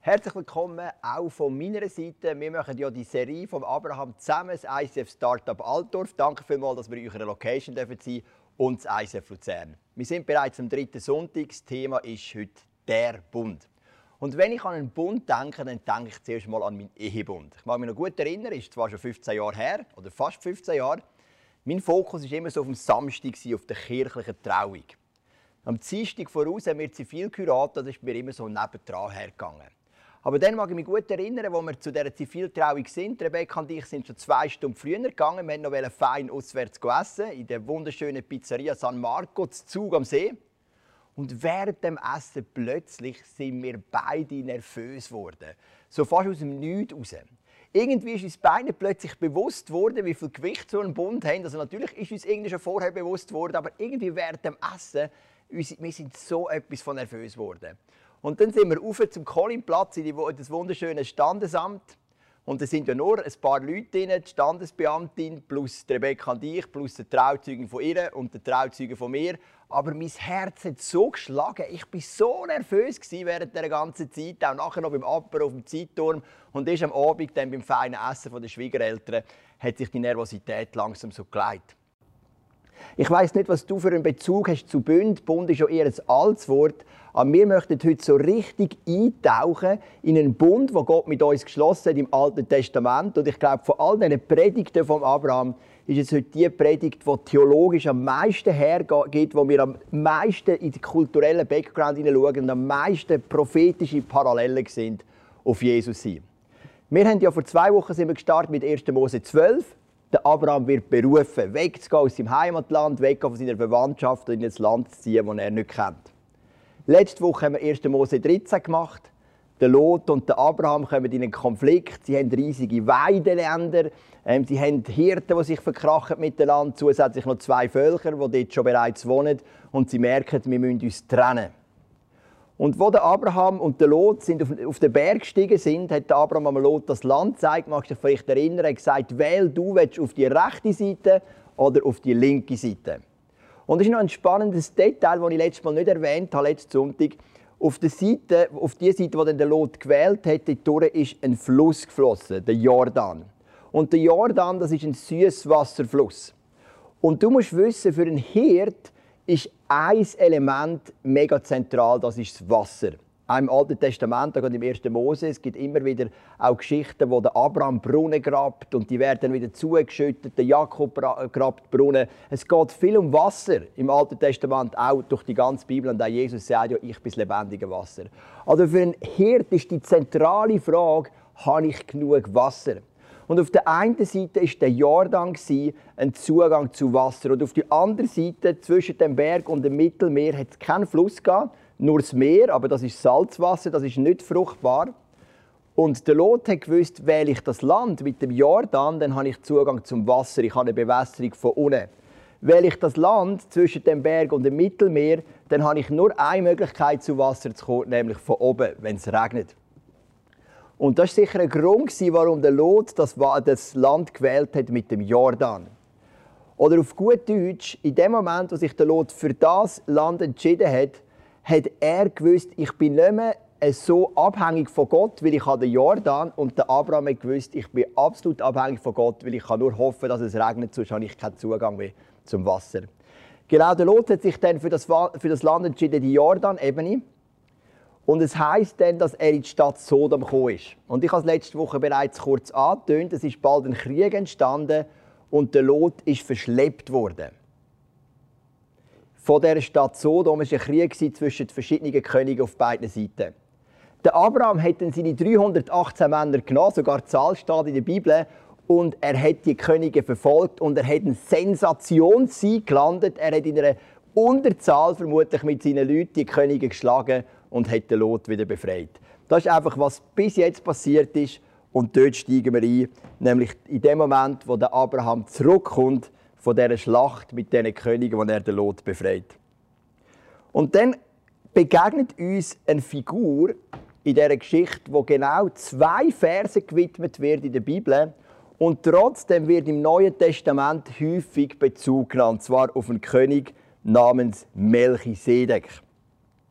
Herzlich willkommen auch von meiner Seite. Wir machen ja die Serie von Abraham zusammen, das ICF Startup Altdorf. Danke vielmals, dass wir in eurer Location sein dürfen und das ICF Luzern. Wir sind bereits am 3. Sonntag. Das Thema ist heute der Bund. Und wenn ich an einen Bund denke, dann denke ich zuerst mal an meinen Ehebund. Ich mag mich noch gut erinnern, ist zwar schon 15 Jahre her, oder fast 15 Jahre. Mein Fokus war immer so auf dem Samstag, auf der kirchlichen Trauung. Am Dienstag voraus haben wir zivil geheiratet, das ist mir immer so nebendran hergegangen. Aber dann mag ich mich gut erinnern, als wir zu dieser Ziviltrauung sind. Rebecca und ich sind schon 2 Stunden früher gegangen. Wir wollten noch fein auswärts essen, in der wunderschönen Pizzeria San Marco, zu Zug am See. Und während dem Essen plötzlich sind wir beide nervös geworden. So fast aus dem Nichts raus. Irgendwie ist uns beiden plötzlich bewusst geworden, wie viel Gewicht so ein Bund haben. Also natürlich ist uns irgendwie schon vorher bewusst geworden, aber irgendwie während dem Essen, wir sind so etwas von nervös geworden. Und dann sind wir rauf zum Colinplatz in das wunderschöne Standesamt. Und da sind ja nur ein paar Leute drin, die Standesbeamtin plus die Rebecca und ich, plus der Trauzeugin von ihr und der Trauzeuge von mir. Aber mein Herz hat so geschlagen. Ich war so nervös während der ganzen Zeit, auch nachher noch beim Apero auf dem Zeitturm. Und erst am Abend, dann beim feinen Essen der Schwiegereltern, hat sich die Nervosität langsam so gelegt. Ich weiss nicht, was du für einen Bezug hast zu Bund. Bund ist ja eher ein altes Wort. Aber wir möchten heute so richtig eintauchen in einen Bund, den Gott mit uns geschlossen hat im Alten Testament. Und ich glaube, von all diesen Predigten von Abraham ist es heute die Predigt, die theologisch am meisten hergeht, wo wir am meisten in den kulturellen Background hineinschauen und am meisten prophetische Parallelen sind auf Jesus hin. Wir haben ja vor 2 Wochen sind wir gestartet mit 1. Mose 12. Der Abraham wird berufen, wegzugehen aus seinem Heimatland, weggehen von seiner Verwandtschaft und in ein Land zu ziehen, das er nicht kennt. Letzte Woche haben wir 1. Mose 13 gemacht. Der Lot und der Abraham kommen in einen Konflikt. Sie haben riesige Weideländer. Sie haben Hirten, die sich verkrachen miteinander. Zusätzlich noch 2 Völker, die dort schon bereits wohnen. Und sie merken, wir müssen uns trennen. Und wo der Abraham und der Lot auf den Berg gestiegen sind, hat der Abraham am Lot das Land gezeigt. Magst du dich vielleicht erinnern? Er hat gesagt, wähl du, willst auf die rechte Seite oder auf die linke Seite. Und das ist noch ein spannendes Detail, das ich letztes Mal nicht erwähnt habe, letzten Sonntag. Auf die Seite, die dann der Lot gewählt hat, dort ist ein Fluss geflossen, der Jordan. Und der Jordan, das ist ein Süßwasserfluss. Und du musst wissen, für einen Hirt ist ein Element mega zentral, das ist das Wasser. Auch im Alten Testament, da im 1. Mose, es gibt immer wieder auch Geschichten, wo der Abraham Brunnen grabt und die werden dann wieder zugeschüttet, der Jakob grabt Brunnen. Es geht viel um Wasser im Alten Testament, auch durch die ganze Bibel. Und auch Jesus sagt ja, ich bin das lebendige Wasser. Also für einen Hirt ist die zentrale Frage, habe ich genug Wasser? Und auf der einen Seite war der Jordan ein Zugang zu Wasser. Und auf der anderen Seite, zwischen dem Berg und dem Mittelmeer, hat es keinen Fluss gehabt, nur das Meer, aber das ist Salzwasser, das ist nicht fruchtbar. Und der Lot hat gewusst, wähle ich das Land mit dem Jordan, dann habe ich Zugang zum Wasser, ich habe eine Bewässerung von unten. Wähle ich das Land zwischen dem Berg und dem Mittelmeer, dann habe ich nur eine Möglichkeit, zu Wasser zu kommen, nämlich von oben, wenn es regnet. Und das war sicher ein Grund, warum der Lot das Land gewählt hat mit dem Jordan. Oder auf gut Deutsch, in dem Moment, wo sich der Lot für das Land entschieden hat, hat er gewusst, ich bin nicht mehr so abhängig von Gott, weil ich den Jordan, und der Abraham hat gewusst, ich bin absolut abhängig von Gott, weil ich nur hoffen kann, dass es regnet, sonst habe ich keinen Zugang mehr zum Wasser. Genau, der Lot hat sich dann für das Land entschieden, die Jordan-Ebene. Und es heisst dann, dass er in die Stadt Sodom gekommen ist. Und ich habe es letzte Woche bereits kurz angetönt, es ist bald ein Krieg entstanden und der Lot ist verschleppt worden. Von dieser Stadt Sodom war ein Krieg zwischen den verschiedenen Königen auf beiden Seiten. Der Abraham hat dann seine 318 Männer genommen, sogar die Zahl steht in der Bibel, und er hat die Könige verfolgt und er hat einen Sensationssieg gelandet. Er hat in einer Unterzahl vermutlich mit seinen Leuten die Könige geschlagen und hat den Lot wieder befreit. Das ist einfach, was bis jetzt passiert ist. Und dort steigen wir ein, nämlich in dem Moment, wo der Abraham zurückkommt von dieser Schlacht mit diesen Königen, wo er den Lot befreit. Und dann begegnet uns eine Figur in dieser Geschichte, wo genau 2 Verse gewidmet wird in der Bibel. Und trotzdem wird im Neuen Testament häufig Bezug genommen, und zwar auf einen König namens Melchisedek.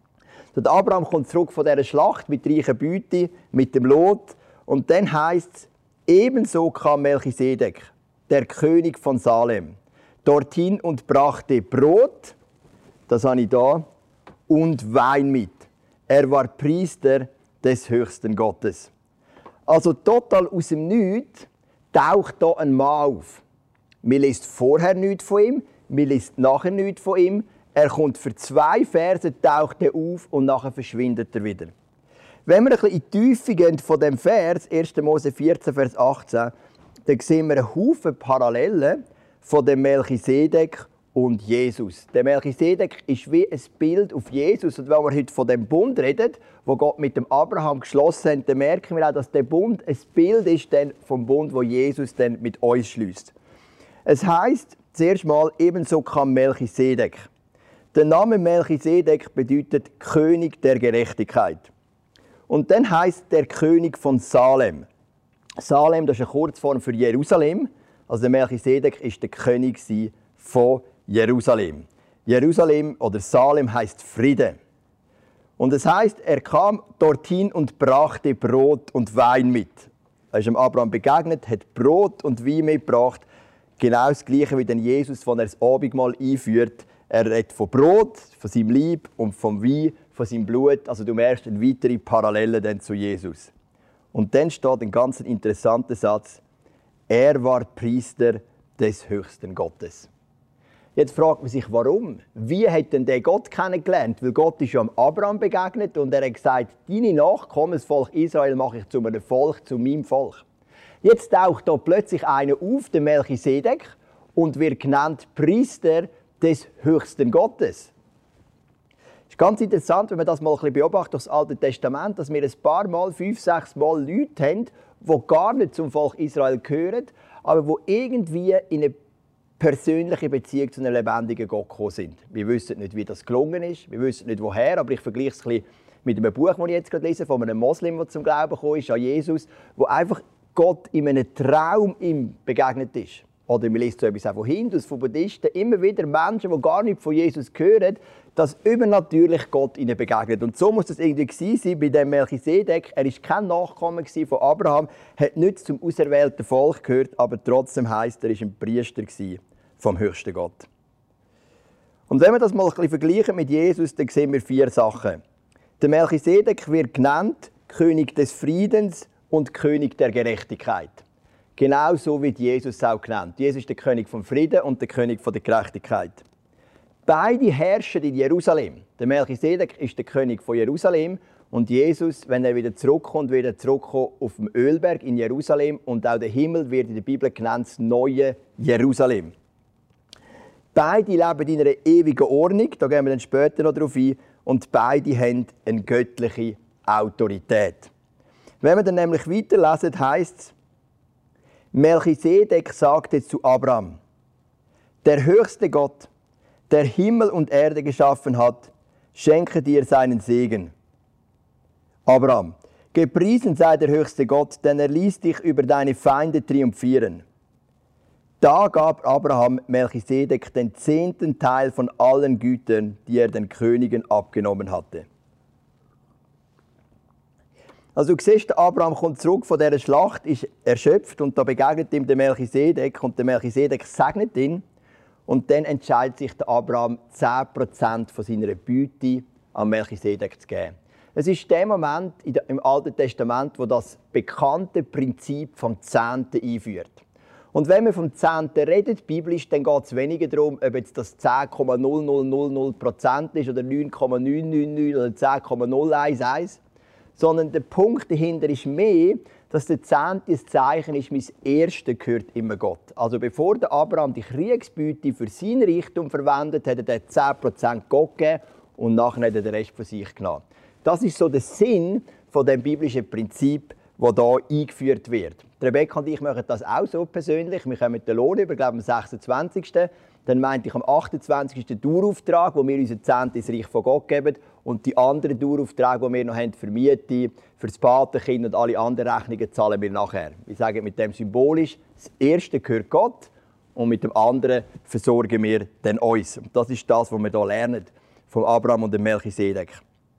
Der Abraham kommt zurück von dieser Schlacht mit reicher Beute, mit dem Lot. Und dann heisst es, ebenso kam Melchisedek, der König von Salem, dorthin und brachte Brot, das habe ich da, und Wein mit. Er war Priester des höchsten Gottes. Also total aus dem Nichts taucht hier ein Mann auf. Man liest vorher nichts von ihm, man liest nachher nichts von ihm. Er kommt für 2 Verse, taucht er auf und nachher verschwindet er wieder. Wenn wir ein bisschen in die Tiefe gehen von dem Vers, 1. Mose 14, Vers 18, dann sehen wir einen Haufen Parallelen von dem Melchisedek und Jesus. Der Melchisedek ist wie ein Bild auf Jesus. Und wenn wir heute von dem Bund reden, wo Gott mit dem Abraham geschlossen hat, dann merken wir auch, dass der Bund ein Bild ist vom Bund, wo Jesus dann mit uns schließt. Es heisst zuerst mal, ebenso kam Melchisedek. Der Name Melchisedek bedeutet König der Gerechtigkeit. Und dann heisst der König von Salem. Salem, das ist eine Kurzform für Jerusalem. Also der Melchisedek war der König von Jerusalem. Jerusalem oder Salem heisst Friede. Und es heisst, er kam dorthin und brachte Brot und Wein mit. Er ist dem Abraham begegnet, hat Brot und Wein mitgebracht. Genau das Gleiche wie den Jesus, wenn er das Abendmahl einführt. Er redet von Brot, von seinem Leib und vom Wein, von seinem Blut. Also du merkst eine weitere Parallele dann zu Jesus. Und dann steht ein ganz interessanter Satz. Er war Priester des höchsten Gottes. Jetzt fragt man sich, warum? Wie hat denn der Gott kennengelernt? Weil Gott ist ja am Abraham begegnet und er hat gesagt, deine Nachkommen, das Volk Israel, mache ich zu einem Volk, zu meinem Volk. Jetzt taucht da plötzlich einer auf, der Melchisedek, und wird genannt Priester des höchsten Gottes. Es ist ganz interessant, wenn man das mal ein bisschen beobachtet, das Alte Testament, dass wir ein paar Mal, 5, 6 Mal Leute haben, die gar nicht zum Volk Israel gehören, aber die irgendwie in eine persönliche Beziehung zu einem lebendigen Gott gekommen sind. Wir wissen nicht, wie das gelungen ist, wir wissen nicht, woher, aber ich vergleiche es ein bisschen mit einem Buch, das ich jetzt gerade lese, von einem Moslem, der zum Glauben gekommen ist, an Jesus, wo einfach Gott in einem Traum ihm begegnet ist. Oder man liest so etwas auch von Hindus, von Buddhisten, immer wieder Menschen, die gar nicht von Jesus hören, dass übernatürlich Gott ihnen begegnet. Und so muss das irgendwie gewesen sein bei dem Melchisedek. Er war kein Nachkomme von Abraham, hat nicht zum auserwählten Volk gehört, aber trotzdem heisst er war ein Priester vom höchsten Gott. Und wenn wir das mal ein bisschen vergleichen mit Jesus, dann sehen wir 4 Sachen. Der Melchisedek wird genannt König des Friedens und König der Gerechtigkeit. Genauso wird Jesus auch genannt. Jesus ist der König vom Frieden und der König der Gerechtigkeit. Beide herrschen in Jerusalem. Der Melchisedek ist der König von Jerusalem und Jesus, wenn er wieder zurückkommt, wird er zurückkommen auf dem Ölberg in Jerusalem und auch der Himmel wird in der Bibel genannt das neue Jerusalem. Beide leben in einer ewigen Ordnung, da gehen wir dann später noch darauf ein, und beide haben eine göttliche Autorität. Wenn wir dann nämlich weiterlesen, heisst es, Melchisedek sagte zu Abraham, der höchste Gott, der Himmel und Erde geschaffen hat, schenke dir seinen Segen. Abraham, gepriesen sei der höchste Gott, denn er ließ dich über deine Feinde triumphieren. Da gab Abraham Melchisedek den 10. Teil von allen Gütern, die er den Königen abgenommen hatte. Also du siehst, Abraham kommt zurück von dieser Schlacht, ist erschöpft und da begegnet ihm der Melchisedek und der Melchisedek segnet ihn und dann entscheidet sich der Abraham 10% von seiner Beute an Melchisedek zu geben. Es ist der Moment im Alten Testament, wo das bekannte Prinzip vom Zehnten einführt. Und wenn wir vom Zehnten reden, biblisch, dann geht es weniger darum, ob jetzt das 10,0000% ist oder 9,999 oder 10,011, sondern der Punkt dahinter ist mehr, dass der Zehnte ein Zeichen ist, mein Erste gehört immer Gott. Also bevor der Abraham die Kriegsbeute für sein Reichtum verwendet, hat er 10% Gott gegeben und nachher hat er den Rest von sich genommen. Das ist so der Sinn von dem biblischen Prinzip, das hier eingeführt wird. Rebecca und ich machen das auch so persönlich. Wir kommen den Lohn über, glaube ich, am 26. Dann meinte ich am 28. den Dauerauftrag, wo wir unser Zehnte ins Reich von Gott geben. Und die anderen Daueraufträge, die wir noch haben für Miete, für das Patenkind und alle anderen Rechnungen, zahlen wir nachher. Wir sagen mit dem symbolisch, das Erste gehört Gott und mit dem anderen versorgen wir dann uns. Und das ist das, was wir hier lernen von Abraham und dem Melchisedek.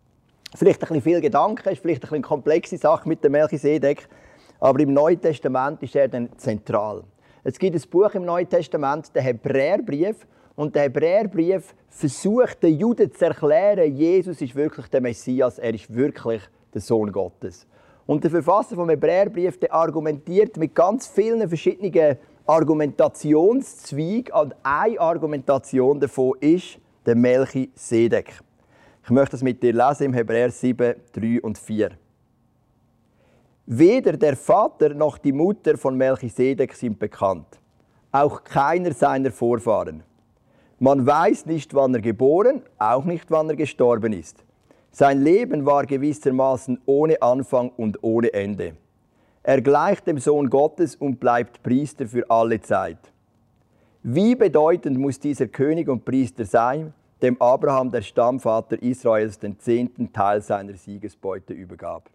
Vielleicht ein bisschen viel Gedanken, ist vielleicht ein bisschen eine komplexe Sache mit dem Melchisedek, aber im Neuen Testament ist er dann zentral. Es gibt ein Buch im Neuen Testament, den Hebräerbrief, und der Hebräerbrief versucht den Juden zu erklären, Jesus ist wirklich der Messias, er ist wirklich der Sohn Gottes. Und der Verfasser vom Hebräerbrief, der argumentiert mit ganz vielen verschiedenen Argumentationszweigen, und eine Argumentation davon ist der Melchisedek. Ich möchte das mit dir lesen im Hebräer 7, 3 und 4. Weder der Vater noch die Mutter von Melchisedek sind bekannt, auch keiner seiner Vorfahren. Man weiß nicht, wann er geboren, auch nicht, wann er gestorben ist. Sein Leben war gewissermaßen ohne Anfang und ohne Ende. Er gleicht dem Sohn Gottes und bleibt Priester für alle Zeit. Wie bedeutend muss dieser König und Priester sein, dem Abraham, der Stammvater Israels, den 10. Teil seiner Siegesbeute übergab.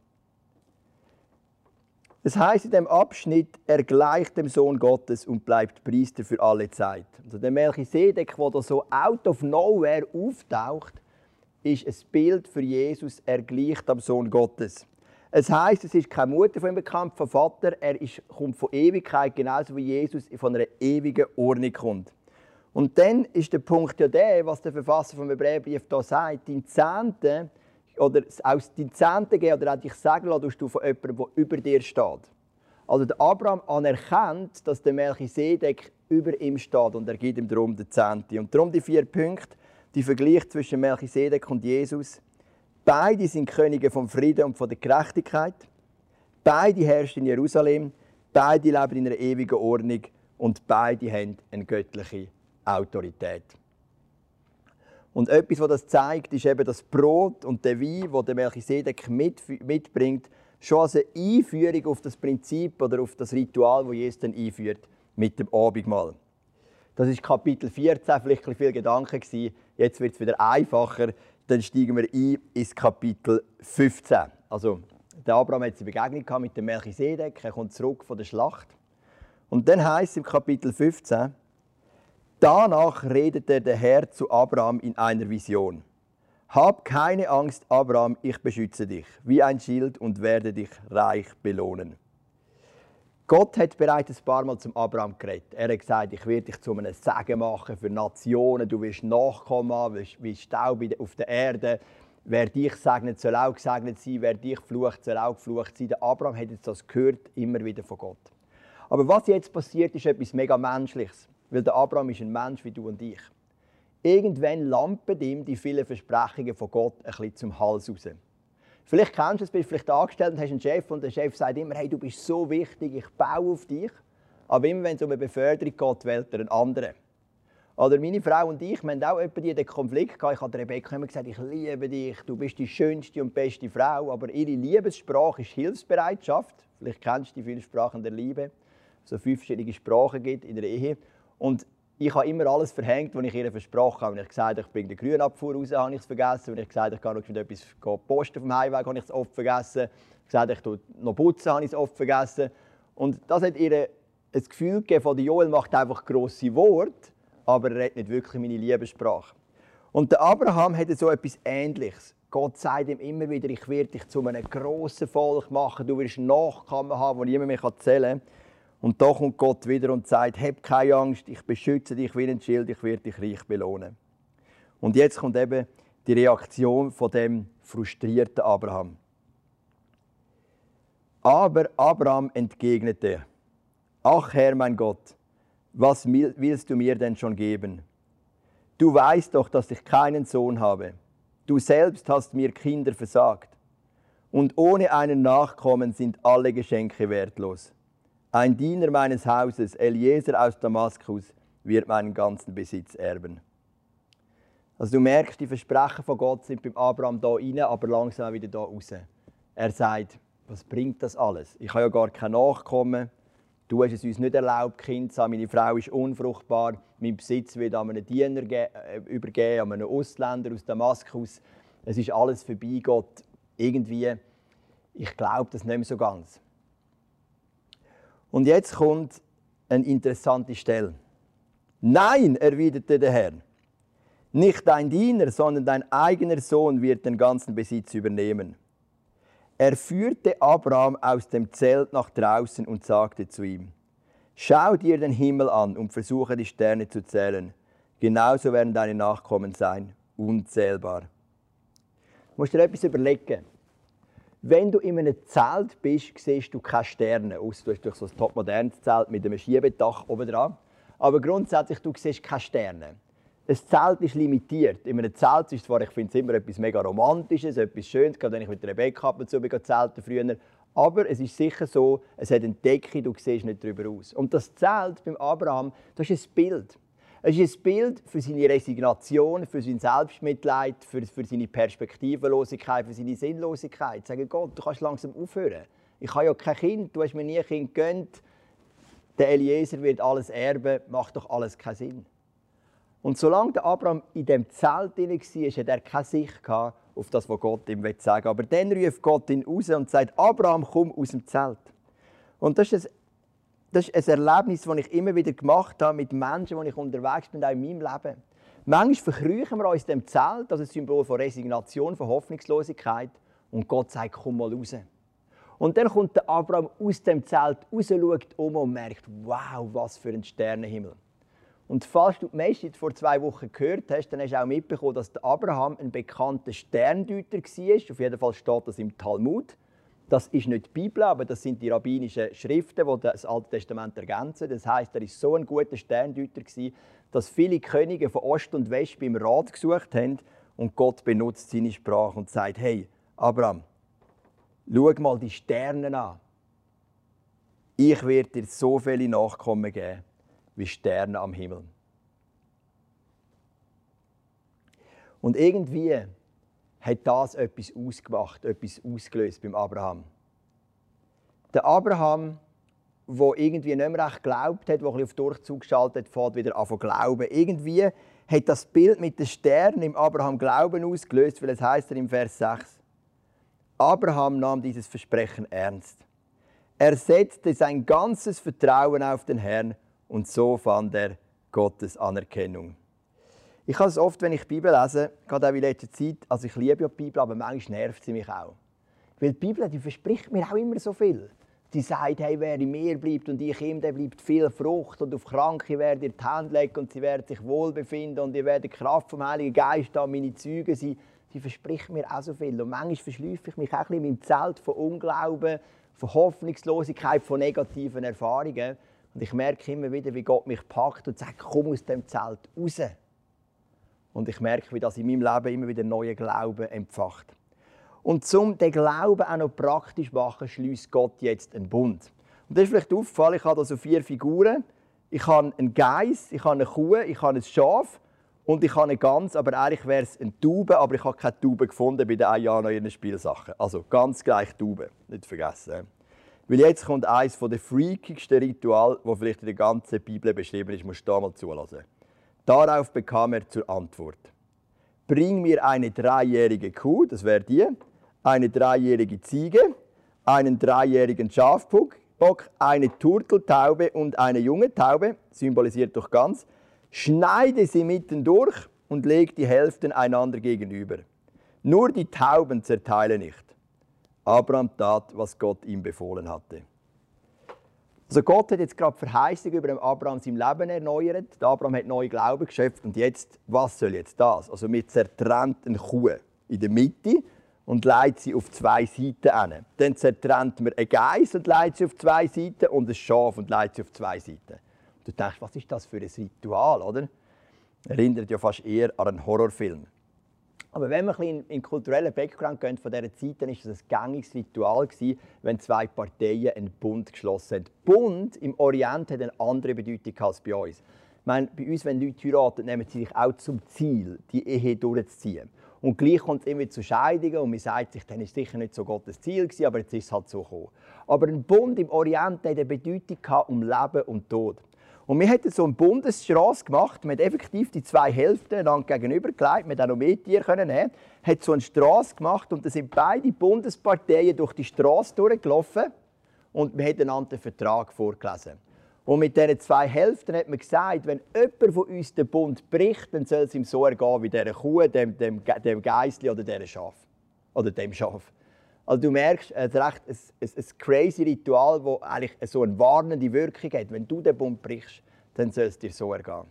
Das heisst in dem Abschnitt, er gleicht dem Sohn Gottes und bleibt Priester für alle Zeit. Also der Melchisedek, der da so out of nowhere auftaucht, ist ein Bild für Jesus, er gleicht am Sohn Gottes. Es heisst, es ist keine Mutter von ihm bekannt, vom Vater, kommt von Ewigkeit, genauso wie Jesus von einer ewigen Ordnung kommt. Und dann ist der Punkt ja der, was der Verfasser vom Hebräerbrief hier sagt, dein Zehnte, oder aus deinem Zehnten geben oder auch dich sagen lassen, du von jemandem, der über dir steht. Also der Abraham anerkennt, dass der Melchisedek über ihm steht und er gibt ihm darum den Zehnten. Und darum die 4 Punkte, die Vergleich zwischen Melchisedek und Jesus. Beide sind Könige vom Frieden und von der Gerechtigkeit. Beide herrschen in Jerusalem. Beide leben in einer ewigen Ordnung und beide haben eine göttliche Autorität. Und etwas, was das zeigt, ist eben das Brot und der Wein, den der Melchisedek mitbringt, schon als eine Einführung auf das Prinzip oder auf das Ritual, das Jesus dann einführt mit dem Abendmahl. Das ist Kapitel 14, vielleicht ein viel Gedanken gewesen. Jetzt wird es wieder einfacher. Dann steigen wir ein ins Kapitel 15. Also, der Abraham hat eine Begegnung mit dem Melchisedek. Er kommt zurück von der Schlacht. Und dann heißt es im Kapitel 15, danach redete der Herr zu Abraham in einer Vision. Hab keine Angst, Abraham, ich beschütze dich, wie ein Schild und werde dich reich belohnen. Gott hat bereits ein paar Mal zum Abraham geredet. Er hat gesagt, ich werde dich zu einem Segen machen für Nationen, du wirst Nachkommen haben, wie Staub auf der Erde. Wer dich segnet, soll auch gesegnet sein, wer dich flucht, soll auch geflucht sein. Der Abraham hat jetzt das gehört, immer wieder von Gott. Aber was jetzt passiert, ist etwas mega Menschliches. Weil der Abraham ist ein Mensch wie du und ich. Irgendwann lampen ihm die vielen Versprechungen von Gott ein bisschen zum Hals raus. Vielleicht kennst du es, bist vielleicht angestellt und hast einen Chef und der Chef sagt immer, hey, du bist so wichtig, ich baue auf dich. Aber immer wenn es um eine Beförderung geht, wählt er einen anderen. Oder meine Frau und ich, wir haben auch etwa den Konflikt gehabt. Ich habe Rebecca immer gesagt, ich liebe dich, du bist die schönste und beste Frau. Aber ihre Liebessprache ist Hilfsbereitschaft. Vielleicht kennst du die 5 Sprachen der Liebe. So 5 verschiedene Sprachen gibt in der Ehe. Und ich habe immer alles verhängt, was ich ihr versprochen habe. Wenn ich gesagt habe, ich bringe den Grünabfuhr raus, habe ich es vergessen. Wenn ich gesagt habe, ich gehe noch etwas posten vom Heimweg, habe ich es oft vergessen. Wenn ich gesagt habe, ich tue noch putzen, habe ich es oft vergessen. Und das hat ihr ein Gefühl gegeben, von der Joel macht einfach grosse Worte, aber er redet nicht wirklich meine Liebessprache. Und der Abraham hatte so etwas Ähnliches. Gott sagt ihm immer wieder, ich werde dich zu einem grossen Volk machen, du wirst Nachkommen haben, die niemand mehr zählen kann. Und da kommt Gott wieder und sagt, hab keine Angst, ich beschütze dich wie ein Schild, ich werde dich reich belohnen. Und jetzt kommt eben die Reaktion von dem frustrierten Abraham. Aber Abraham entgegnete, ach Herr mein Gott, was willst du mir denn schon geben? Du weißt doch, dass ich keinen Sohn habe. Du selbst hast mir Kinder versagt. Und ohne einen Nachkommen sind alle Geschenke wertlos. Ein Diener meines Hauses, Eliezer aus Damaskus, wird meinen ganzen Besitz erben. Also du merkst, die Versprechen von Gott sind beim Abraham da rein, aber langsam wieder da raus. Er sagt, was bringt das alles? Ich habe ja gar kein Nachkommen. Du hast es uns nicht erlaubt, Kind zu haben. Meine Frau ist unfruchtbar. Mein Besitz wird an einen Diener übergeben, an einen Ausländer aus Damaskus. Es ist alles vorbei, Gott. Irgendwie, ich glaube das nicht mehr so ganz. Und jetzt kommt eine interessante Stelle. Nein, erwiderte der Herr. Nicht dein Diener, sondern dein eigener Sohn wird den ganzen Besitz übernehmen. Er führte Abraham aus dem Zelt nach draußen und sagte zu ihm: Schau dir den Himmel an und versuche die Sterne zu zählen. Genauso werden deine Nachkommen sein, unzählbar. Du musst dir etwas überlegen. Wenn du in einem Zelt bist, siehst du keine Sterne, ausser du hast durch so ein topmodernes Zelt mit einem Schiebedach oben dran. Aber grundsätzlich, du siehst keine Sterne. Ein Zelt ist limitiert. In einem Zelt ist zwar, ich finde es immer etwas mega Romantisches, etwas Schönes, gerade wenn ich mit Rebecca ab und zu zelten früher. Aber es ist sicher so, es hat eine Decke, du siehst nicht darüber aus. Und das Zelt beim Abraham, das ist ein Bild. Es ist ein Bild für seine Resignation, für sein Selbstmitleid, für seine Perspektivenlosigkeit, für seine Sinnlosigkeit. Sagen: Gott, du kannst langsam aufhören. Ich habe ja kein Kind, du hast mir nie ein Kind gegönnt. Der Eliezer wird alles erben, macht doch alles keinen Sinn. Und solange der Abraham in diesem Zelt war, hatte er keine Sicht auf das, was Gott ihm sagen will. Aber dann ruft Gott ihn raus und sagt: Abraham, komm aus dem Zelt. Und das ist ein Erlebnis, das ich immer wieder gemacht habe mit Menschen, die ich unterwegs bin, auch in meinem Leben. Manchmal verkriechen wir uns in diesem Zelt, das ist ein Symbol von Resignation, von Hoffnungslosigkeit. Und Gott sagt: komm mal raus. Und dann kommt der Abraham aus dem Zelt raus, schaut und merkt: wow, was für ein Sternenhimmel. Und falls du die Message vor 2 Wochen gehört hast, dann hast du auch mitbekommen, dass der Abraham ein bekannter Sterndeuter war. Auf jeden Fall steht das im Talmud. Das ist nicht die Bibel, aber das sind die rabbinischen Schriften, die das Alte Testament ergänzen. Das heisst, er war so ein guter Sterndeuter, dass viele Könige von Ost und West beim Rat gesucht haben. Und Gott benutzt seine Sprache und sagt: Hey, Abraham, schau mal die Sterne an. Ich werde dir so viele Nachkommen geben wie Sterne am Himmel. Und irgendwie hat das etwas ausgemacht, etwas ausgelöst beim Abraham. Der Abraham, der irgendwie nicht mehr recht geglaubt hat, der ein bisschen auf Durchzug geschaltet hat, fährt wieder an zu glauben. Irgendwie hat das Bild mit den Sternen im Abraham Glauben ausgelöst, weil es heißt im Vers 6: Abraham nahm dieses Versprechen ernst. Er setzte sein ganzes Vertrauen auf den Herrn und so fand er Gottes Anerkennung. Ich habe es oft, wenn ich die Bibel lese, gerade auch in letzter Zeit, also ich liebe ja die Bibel, aber manchmal nervt sie mich auch. Weil die Bibel, die verspricht mir auch immer so viel. Die sagt: Hey, wer in mir bleibt und ich ihm, der bleibt viel Frucht, und auf Kranke werdet ihr die Hände legen und sie werden sich wohlbefinden und ihr werdet die Kraft vom Heiligen Geist haben, meine Zeugen sein. Die verspricht mir auch so viel. Und manchmal verschleife ich mich auch ein bisschen in meinem Zelt von Unglauben, von Hoffnungslosigkeit, von negativen Erfahrungen. Und ich merke immer wieder, wie Gott mich packt und sagt: Komm aus dem Zelt raus. Und ich merke, wie das in meinem Leben immer wieder neuen Glauben empfacht. Und um den Glauben auch noch praktisch zu machen, schliesst Gott jetzt einen Bund. Und das ist vielleicht aufgefallen, ich habe hier so 4 Figuren. Ich habe einen Geiss, ich habe eine Kuh, ich habe ein Schaf und ich habe eine Gans, aber eigentlich wäre es eine Taube, aber ich habe keine Taube gefunden bei den Ayana in ihren Spielsachen. Also ganz gleich Taube, nicht vergessen. Weil jetzt kommt eines der freakigsten Rituale, das vielleicht in der ganzen Bibel beschrieben ist, musst du da mal zulassen. Darauf bekam er zur Antwort: Bring mir eine 3-jährige Kuh, das wäre die, eine 3-jährige Ziege, einen 3-jährigen Schafbock, eine Turteltaube und eine junge Taube, symbolisiert durch Gans, schneide sie mitten durch und leg die Hälften einander gegenüber. Nur die Tauben zerteile nicht. Abraham tat, was Gott ihm befohlen hatte. Also Gott hat jetzt gerade Verheißung über dem Abraham sein Leben erneuert. Der Abraham hat neuen Glauben geschöpft. Und jetzt, was soll jetzt das? Also wir zertrennt eine Kuh in der Mitte und leitet sie auf 2 Seiten an. Dann zertrennt man eine Geiss und leitet sie auf 2 Seiten und ein Schaf und leitet sie auf 2 Seiten. Und du denkst, was ist das für ein Ritual, oder? Erinnert ja fast eher an einen Horrorfilm. Aber wenn wir ein bisschen in den kulturellen Background gehen von dieser Zeit, dann war das ein gängiges Ritual, wenn 2 Parteien einen Bund geschlossen haben. Bund im Orient hat eine andere Bedeutung als bei uns. Ich meine, bei uns, wenn Leute heiraten, nehmen sie sich auch zum Ziel, die Ehe durchzuziehen. Und gleich kommt es immer zu Scheidungen und man sagt sich, dann war es sicher nicht so Gottes Ziel, aber jetzt ist es halt so gekommen. Aber ein Bund im Orient hat eine Bedeutung um Leben und Tod. Und wir hatten so eine Bundesstrasse gemacht, man hat effektiv die 2 Hälften einander gegenübergelegt, man konnte auch noch mehr Tiere nehmen, hat so eine Strasse gemacht und da sind beide Bundesparteien durch die Strasse durchgelaufen und wir haben einander den Vertrag vorgelesen. Und mit diesen 2 Hälften hat man gesagt, wenn jemand von uns den Bund bricht, dann soll es ihm so ergehen wie dieser Kuh, dem Geissli oder diesem Schaf. Oder dem Schaf. Also du merkst, es ist recht ein crazy Ritual, das eigentlich so eine warnende Wirkung hat. Wenn du den Bund brichst, dann soll es dir so ergehen.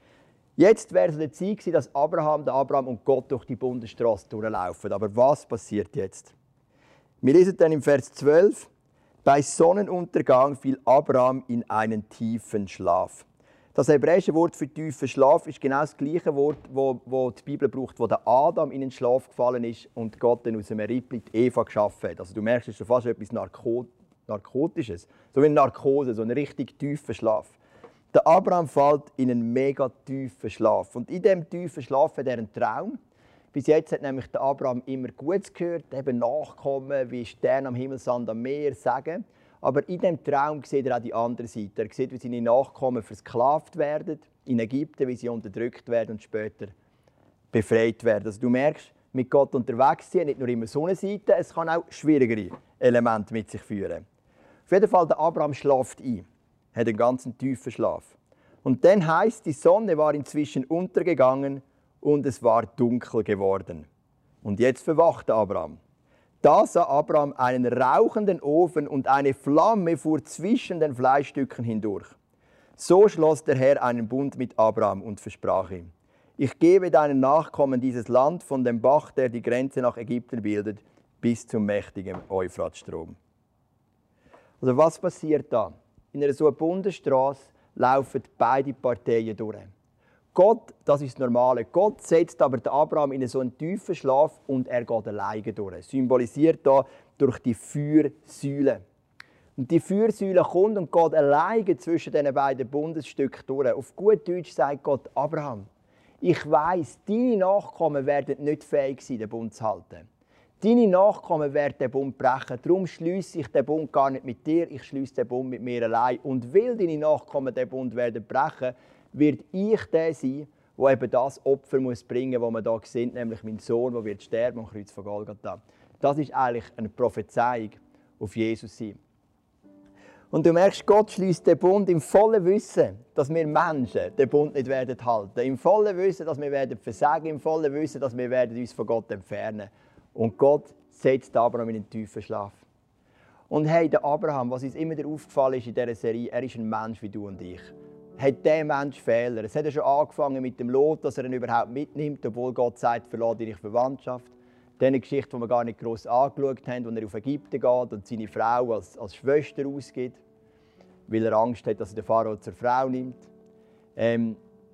Jetzt wäre es die Zeit gewesen, dass Abraham und Gott durch die Bundesstraße durchlaufen. Aber was passiert jetzt? Wir lesen dann im Vers 12, bei Sonnenuntergang fiel Abraham in einen tiefen Schlaf. Das hebräische Wort für tiefen Schlaf ist genau das gleiche Wort, das die Bibel braucht, wo der Adam in den Schlaf gefallen ist und Gott dann aus einem Rippli die Eva geschaffen hat. Also du merkst, es ist schon fast etwas Narkotisches. So wie eine Narkose, so ein richtig tiefer Schlaf. Der Abraham fällt in einen mega tiefen Schlaf. Und in diesem tiefen Schlaf hat er einen Traum. Bis jetzt hat nämlich der Abraham immer Gutes gehört, eben Nachkommen, wie Sterne am Himmel, Sand am Meer, sagen. Aber in diesem Traum sieht er auch die andere Seite. Er sieht, wie seine Nachkommen versklavt werden in Ägypten, wie sie unterdrückt werden und später befreit werden. Also du merkst, mit Gott unterwegs sein, nicht nur immer so eine Seite, es kann auch schwierigere Elemente mit sich führen. Auf jeden Fall, der Abraham schlaft ein, hat einen ganz tiefen Schlaf. Und dann heisst, die Sonne war inzwischen untergegangen und es war dunkel geworden. Und jetzt verwachte Abraham. Da sah Abraham einen rauchenden Ofen und eine Flamme fuhr zwischen den Fleischstücken hindurch. So schloss der Herr einen Bund mit Abraham und versprach ihm: Ich gebe deinen Nachkommen dieses Land von dem Bach, der die Grenze nach Ägypten bildet, bis zum mächtigen Euphratstrom. Also was passiert da? In einer so Bundesstraße laufen beide Parteien durch. Gott, das ist das Normale. Gott setzt aber den Abraham in so einen tiefen Schlaf und er geht alleine durch. Symbolisiert da durch die Feuersäule. Und die Feuersäule kommt und geht alleine zwischen diesen beiden Bundesstücken durch. Auf gut Deutsch sagt Gott: Abraham, ich weiss, deine Nachkommen werden nicht fähig sein, den Bund zu halten. Deine Nachkommen werden den Bund brechen. Darum schliesse ich den Bund gar nicht mit dir, ich schliesse den Bund mit mir allein. Und weil deine Nachkommen den Bund werden brechen, wird ich der sein, der eben das Opfer bringen muss, das wir hier sehen, nämlich mein Sohn, der wird sterben am Kreuz von Golgatha. Das ist eigentlich eine Prophezeiung auf Jesus sein. Und du merkst, Gott schließt den Bund im vollen Wissen, dass wir Menschen den Bund nicht werden halten. Im vollen Wissen, dass wir werden versagen, im vollen Wissen, dass wir werden uns von Gott entfernen. Und Gott setzt Abraham in einen tiefen Schlaf. Und hey, der Abraham, was uns immer wieder aufgefallen ist in dieser Serie, er ist ein Mensch wie du und ich. Hat dieser Mensch Fehler? Es hat ja schon angefangen mit dem Lot, dass er ihn überhaupt mitnimmt, obwohl Gott sagt, verlasse deine Verwandtschaft. Diese Geschichte, die wir gar nicht gross angeschaut haben, wo er auf Ägypten geht und seine Frau als Schwester ausgibt, weil er Angst hat, dass er den Pharao zur Frau nimmt. Dann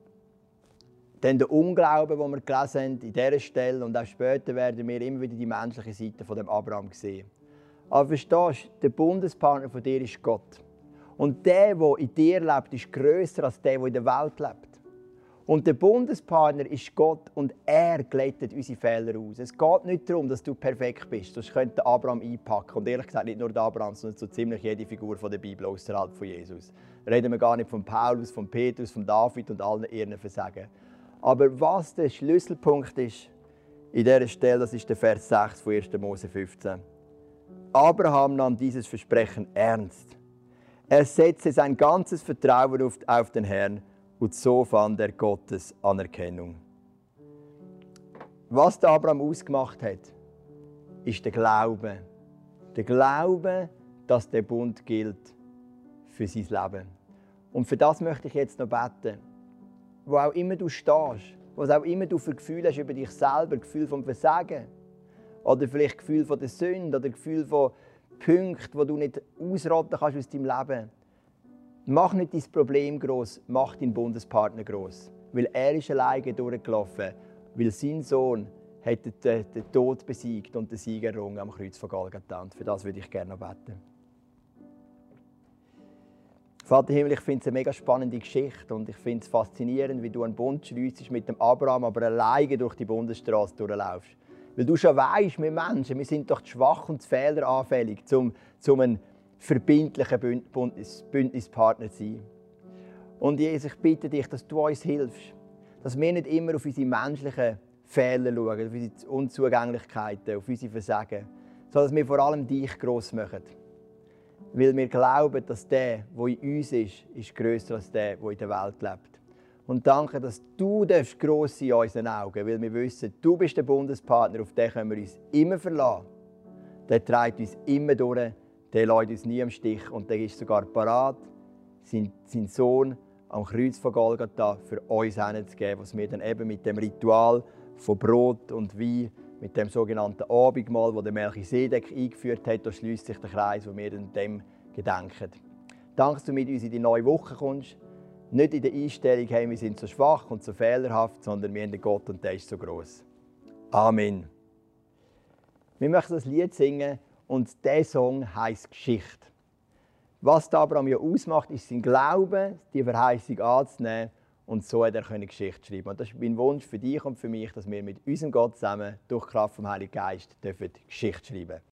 der Unglaube, den wir gelesen haben, in dieser Stelle. Und auch später werden wir immer wieder die menschliche Seite von dem Abraham sehen. Aber verstehst du, der Bundespartner von dir ist Gott. Und der in dir lebt, ist grösser als der in der Welt lebt. Und der Bundespartner ist Gott und er glättet unsere Fehler aus. Es geht nicht darum, dass du perfekt bist. Sonst könnte Abraham einpacken. Und ehrlich gesagt nicht nur der Abraham, sondern so ziemlich jede Figur der Bibel außerhalb von Jesus. Reden wir gar nicht von Paulus, von Petrus, von David und allen ihren Versagen. Aber was der Schlüsselpunkt ist in dieser Stelle, das ist der Vers 6 von 1. Mose 15. Abraham nahm dieses Versprechen ernst. Er setzte sein ganzes Vertrauen auf den Herrn und so fand er Gottes Anerkennung. Was der Abraham ausgemacht hat, ist der Glaube. Der Glaube, dass der Bund gilt für sein Leben. Und für das möchte ich jetzt noch beten. Wo auch immer du stehst, was auch immer du für Gefühle hast über dich selber, Gefühl vom Versagen oder vielleicht Gefühl von der Sünde oder Gefühl von Punkten, die du nicht ausrotten kannst aus deinem Leben. Mach nicht dein Problem gross, mach deinen Bundespartner gross. Weil er ist alleine durchgelaufen, weil sein Sohn hat den Tod besiegt und den Sieg errungen am Kreuz von Golgatha. Und für das würde ich gerne noch beten. Vater Himmel, ich finde es eine mega spannende Geschichte und ich finde es faszinierend, wie du einen Bund schliessest mit dem Abraham, aber alleine durch die Bundesstraße durchlaufst. Weil du schon weisst, wir Menschen, wir sind doch zu schwach und zu fehleranfällig, um ein verbindlicher Bündnispartner zu sein. Und Jesus, ich bitte dich, dass du uns hilfst, dass wir nicht immer auf unsere menschlichen Fehler schauen, auf unsere Unzugänglichkeiten, auf unsere Versagen, sondern dass wir vor allem dich gross machen. Weil wir glauben, dass der in uns ist grösser als der in der Welt lebt. Und danke, dass du gross sein in unseren Augen, weil wir wissen, du bist der Bundespartner, auf den können wir uns immer verlassen. Der trägt uns immer durch, der lässt uns nie im Stich und der ist sogar parat, sein Sohn am Kreuz von Golgatha für uns hinzugeben, was wir dann eben mit dem Ritual von Brot und Wein, mit dem sogenannten Abendmahl, das der Melchisedek eingeführt hat, da schließt sich der Kreis, wo wir dann dem gedenken. Danke, dass du mit uns in die neue Woche kommst. Nicht in der Einstellung, hey, wir sind so schwach und so fehlerhaft, sondern wir haben einen Gott und der ist so gross. Amen. Wir möchten das Lied singen und dieser Song heisst Geschichte. Was Abraham ja ausmacht, ist sein Glaube, die Verheißung anzunehmen und so hat er Geschichte schreiben. Und das ist mein Wunsch für dich und für mich, dass wir mit unserem Gott zusammen durch die Kraft vom Heiligen Geist Geschichte schreiben dürfen.